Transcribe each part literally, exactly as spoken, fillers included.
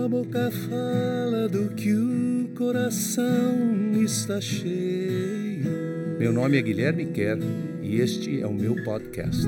boca fala do que o coração está cheio. Meu nome é Guilherme Kerr e este é o meu podcast.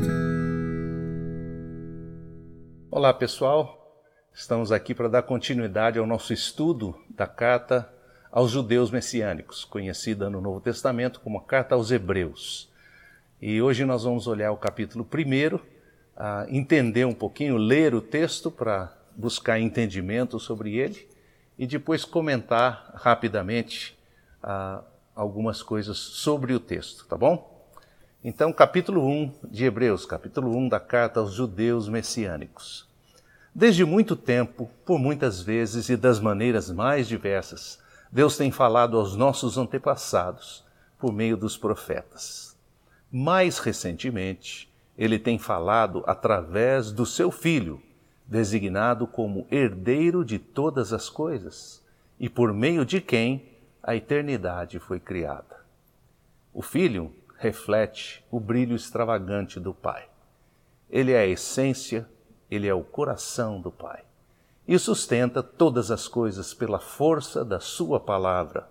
Olá pessoal, estamos aqui para dar continuidade ao nosso estudo da carta aos judeus messiânicos, conhecida no Novo Testamento como a carta aos Hebreus. E hoje nós vamos olhar o capítulo primeiro, a entender um pouquinho, ler o texto para buscar entendimento sobre ele e depois comentar rapidamente uh, algumas coisas sobre o texto, tá bom? Então, capítulo um de Hebreus, capítulo um da carta aos judeus messiânicos. Desde muito tempo, por muitas vezes e das maneiras mais diversas, Deus tem falado aos nossos antepassados por meio dos profetas. Mais recentemente, Ele tem falado através do seu Filho, designado como herdeiro de todas as coisas, e por meio de quem a eternidade foi criada. O Filho reflete o brilho extravagante do Pai. Ele é a essência, ele é o coração do Pai, e sustenta todas as coisas pela força da sua palavra.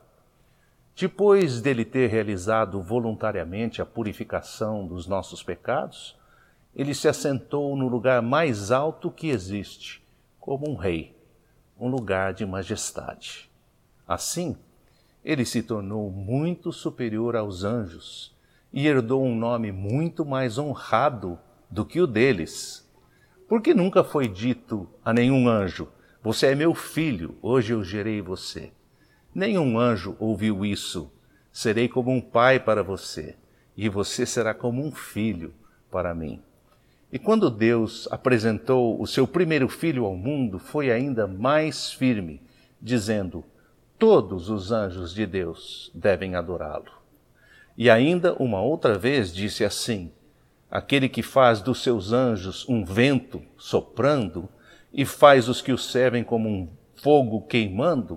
Depois dele ter realizado voluntariamente a purificação dos nossos pecados, ele se assentou no lugar mais alto que existe, como um rei, um lugar de majestade. Assim, ele se tornou muito superior aos anjos e herdou um nome muito mais honrado do que o deles. Porque nunca foi dito a nenhum anjo: você é meu filho, hoje eu gerei você. Nenhum anjo ouviu isso: serei como um pai para você, e você será como um filho para mim. E quando Deus apresentou o seu primeiro filho ao mundo, foi ainda mais firme, dizendo: todos os anjos de Deus devem adorá-lo. E ainda uma outra vez disse assim: aquele que faz dos seus anjos um vento soprando e faz os que o servem como um fogo queimando,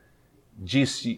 disse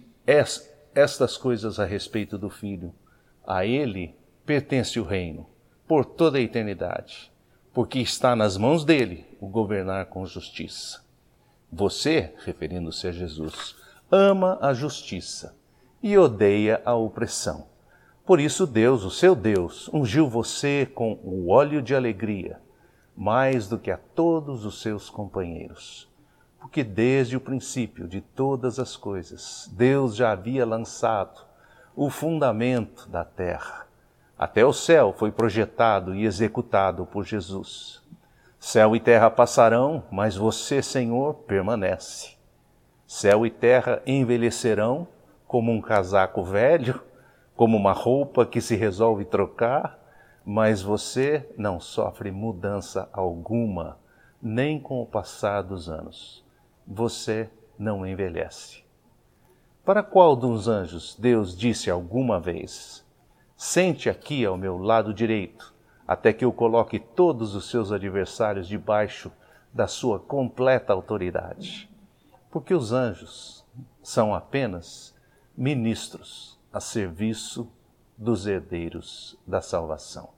estas coisas a respeito do Filho: a ele pertence o reino por toda a eternidade, porque está nas mãos dele o governar com justiça. Você, referindo-se a Jesus, ama a justiça e odeia a opressão. Por isso Deus, o seu Deus, ungiu você com o óleo de alegria, mais do que a todos os seus companheiros. Porque desde o princípio de todas as coisas, Deus já havia lançado o fundamento da terra. Até o céu foi projetado e executado por Jesus. Céu e terra passarão, mas você, Senhor, permanece. Céu e terra envelhecerão como um casaco velho, como uma roupa que se resolve trocar, mas você não sofre mudança alguma, nem com o passar dos anos. Você não envelhece. Para qual dos anjos Deus disse alguma vez: sente aqui ao meu lado direito, até que eu coloque todos os seus adversários debaixo da sua completa autoridade? Porque os anjos são apenas ministros a serviço dos herdeiros da salvação.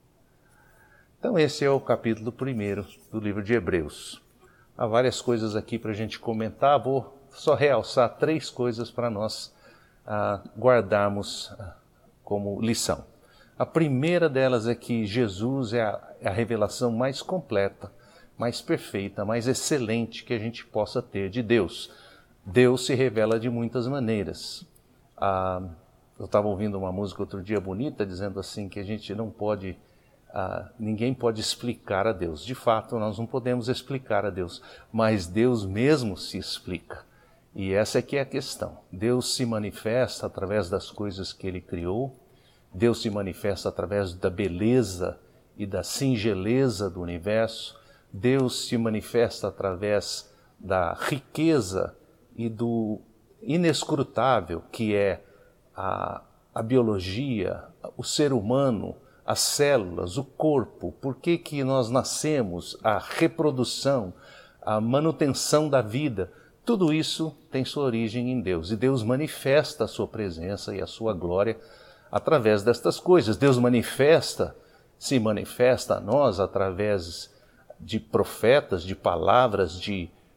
Então esse é o capítulo primeiro do livro de Hebreus. Há várias coisas aqui para a gente comentar, vou só realçar três coisas para nós ah, guardarmos ah, como lição. A primeira delas é que Jesus é a, é a revelação mais completa, mais perfeita, mais excelente que a gente possa ter de Deus. Deus se revela de muitas maneiras. Ah, eu estava ouvindo uma música outro dia bonita, dizendo assim que a gente não pode... Ah, ninguém pode explicar a Deus. De fato, nós não podemos explicar a Deus, mas Deus mesmo se explica. E essa é que é a questão. Deus se manifesta através das coisas que Ele criou, Deus se manifesta através da beleza e da singeleza do universo, Deus se manifesta através da riqueza e do inescrutável que é a, a biologia, o ser humano, as células, o corpo, por que que nós nascemos, a reprodução, a manutenção da vida, tudo isso tem sua origem em Deus. E Deus manifesta a sua presença e a sua glória através destas coisas. Deus manifesta, se manifesta a nós através de profetas, de palavras, de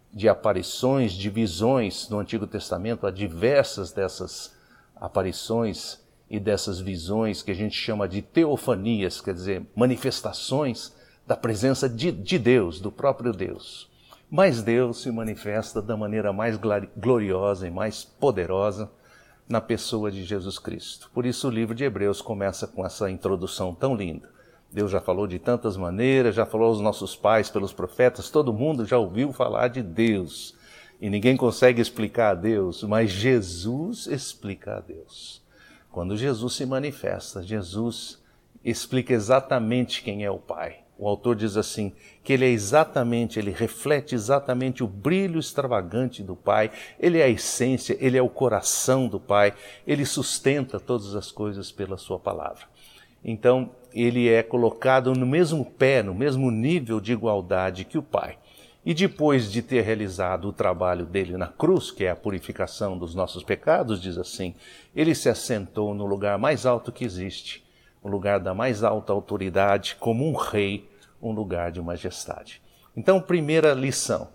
de aparições, de visões no Antigo Testamento, há diversas dessas aparições e dessas visões que a gente chama de teofanias, quer dizer, manifestações da presença de, de Deus, do próprio Deus. Mas Deus se manifesta da maneira mais gloriosa e mais poderosa na pessoa de Jesus Cristo. Por isso o livro de Hebreus começa com essa introdução tão linda. Deus já falou de tantas maneiras, já falou aos nossos pais pelos profetas, todo mundo já ouviu falar de Deus. E ninguém consegue explicar a Deus, mas Jesus explica a Deus. Quando Jesus se manifesta, Jesus explica exatamente quem é o Pai. O autor diz assim, que ele é exatamente, ele reflete exatamente o brilho extravagante do Pai, ele é a essência, ele é o coração do Pai, ele sustenta todas as coisas pela sua palavra. Então, ele é colocado no mesmo pé, no mesmo nível de igualdade que o Pai. E depois de ter realizado o trabalho dele na cruz, que é a purificação dos nossos pecados, diz assim, ele se assentou no lugar mais alto que existe, o lugar da mais alta autoridade, como um rei, um lugar de majestade. Então, primeira lição,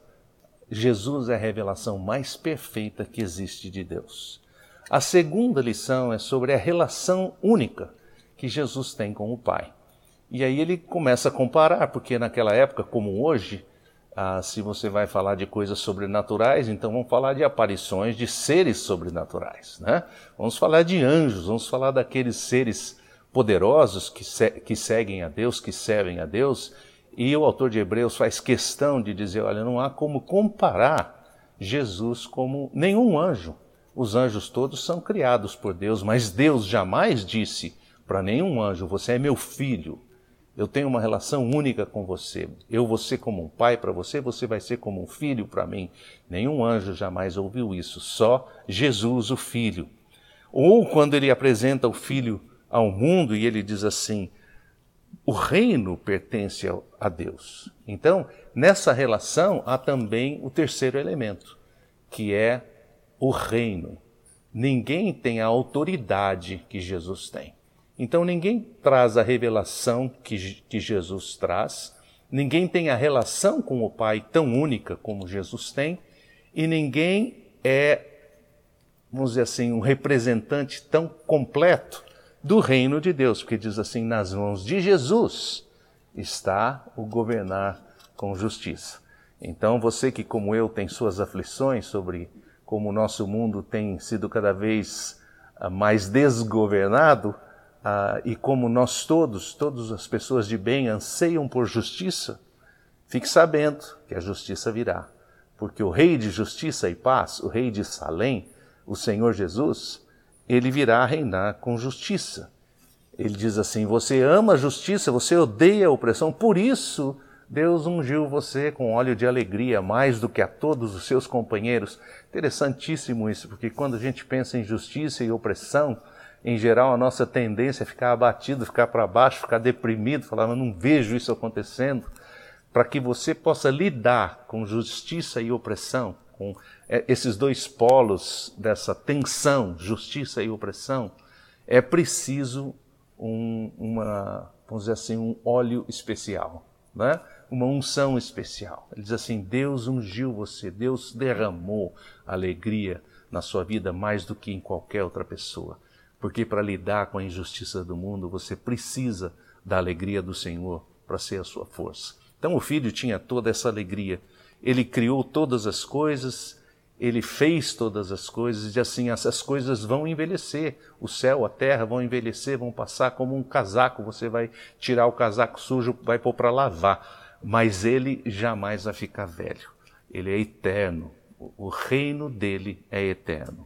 Jesus é a revelação mais perfeita que existe de Deus. A segunda lição é sobre a relação única que Jesus tem com o Pai. E aí ele começa a comparar, porque naquela época, como hoje, ah, se você vai falar de coisas sobrenaturais, então vamos falar de aparições de seres sobrenaturais, né? Vamos falar de anjos, vamos falar daqueles seres poderosos que, se, que seguem a Deus, que servem a Deus, e o autor de Hebreus faz questão de dizer, olha, não há como comparar Jesus como nenhum anjo. Os anjos todos são criados por Deus, mas Deus jamais disse para nenhum anjo, você é meu filho, eu tenho uma relação única com você, eu vou ser como um pai para você, você vai ser como um filho para mim. Nenhum anjo jamais ouviu isso, só Jesus, o Filho. Ou quando ele apresenta o Filho ao mundo e ele diz assim, o reino pertence a Deus. Então, nessa relação há também o terceiro elemento, que é o reino. Ninguém tem a autoridade que Jesus tem. Então ninguém traz a revelação que, que Jesus traz, ninguém tem a relação com o Pai tão única como Jesus tem, e ninguém é, vamos dizer assim, um representante tão completo do reino de Deus, porque diz assim, nas mãos de Jesus está o governar com justiça. Então você que como eu tem suas aflições sobre como o nosso mundo tem sido cada vez mais desgovernado, Ah, e como nós todos, todas as pessoas de bem anseiam por justiça, fique sabendo que a justiça virá. Porque o Rei de justiça e paz, o Rei de Salém, o Senhor Jesus, ele virá reinar com justiça. Ele diz assim, você ama a justiça, você odeia a opressão, por isso Deus ungiu você com óleo de alegria, mais do que a todos os seus companheiros. Interessantíssimo isso, porque quando a gente pensa em justiça e opressão, em geral, a nossa tendência é ficar abatido, ficar para baixo, ficar deprimido, falar, eu não vejo isso acontecendo. Para que você possa lidar com justiça e opressão, com esses dois polos dessa tensão, justiça e opressão, é preciso um, uma, vamos dizer assim, um óleo especial, né? Uma unção especial. Ele diz assim, Deus ungiu você, Deus derramou alegria na sua vida mais do que em qualquer outra pessoa. Porque para lidar com a injustiça do mundo, você precisa da alegria do Senhor para ser a sua força. Então o Filho tinha toda essa alegria. Ele criou todas as coisas, ele fez todas as coisas, e assim essas coisas vão envelhecer. O céu, a terra vão envelhecer, vão passar como um casaco. Você vai tirar o casaco sujo, vai pôr para lavar. Mas ele jamais vai ficar velho. Ele é eterno. O reino dele é eterno.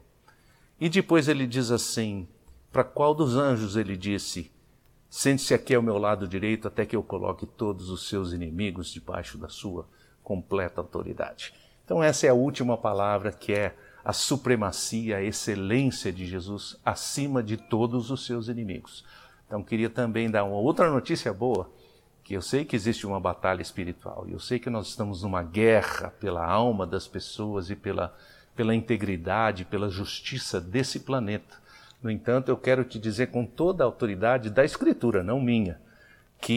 E depois ele diz assim, para qual dos anjos ele disse, sente-se aqui ao meu lado direito até que eu coloque todos os seus inimigos debaixo da sua completa autoridade. Então essa é a última palavra, que é a supremacia, a excelência de Jesus acima de todos os seus inimigos. Então queria também dar uma outra notícia boa, que eu sei que existe uma batalha espiritual, e eu sei que nós estamos numa guerra pela alma das pessoas e pela, pela integridade, pela justiça desse planeta. No entanto, eu quero te dizer com toda a autoridade da Escritura, não minha, que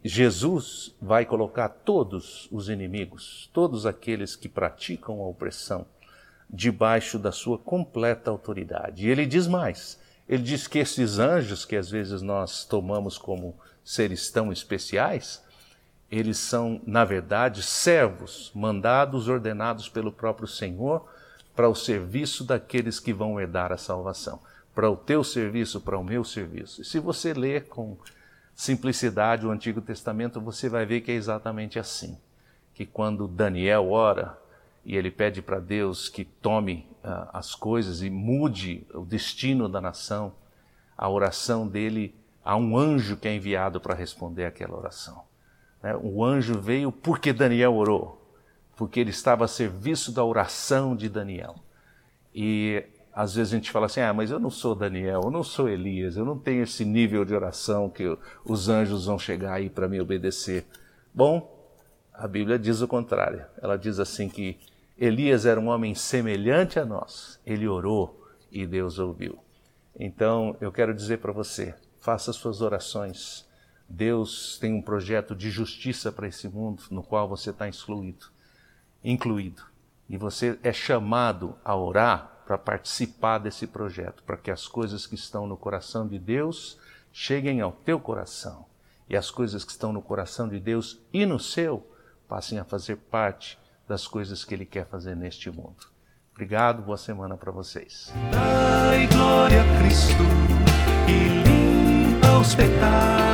Jesus vai colocar todos os inimigos, todos aqueles que praticam a opressão, debaixo da sua completa autoridade. E ele diz mais, ele diz que esses anjos, que às vezes nós tomamos como seres tão especiais, eles são, na verdade, servos, mandados, ordenados pelo próprio Senhor para o serviço daqueles que vão herdar a salvação, para o teu serviço, para o meu serviço. E se você ler com simplicidade o Antigo Testamento, você vai ver que é exatamente assim, que quando Daniel ora e ele pede para Deus que tome uh, as coisas e mude o destino da nação, a oração dele, há um anjo que é enviado para responder aquela oração. Né? O anjo veio porque Daniel orou, porque ele estava a serviço da oração de Daniel. E às vezes a gente fala assim, ah, mas eu não sou Daniel, eu não sou Elias, eu não tenho esse nível de oração que os anjos vão chegar aí para me obedecer. Bom, a Bíblia diz o contrário. Ela diz assim que Elias era um homem semelhante a nós. Ele orou e Deus ouviu. Então, eu quero dizer para você, faça suas orações. Deus tem um projeto de justiça para esse mundo no qual você está excluído, incluído. E você é chamado a orar para participar desse projeto, para que as coisas que estão no coração de Deus cheguem ao teu coração. E as coisas que estão no coração de Deus e no seu passem a fazer parte das coisas que Ele quer fazer neste mundo. Obrigado, boa semana para vocês. Dai glória a Cristo e limpa os pecados.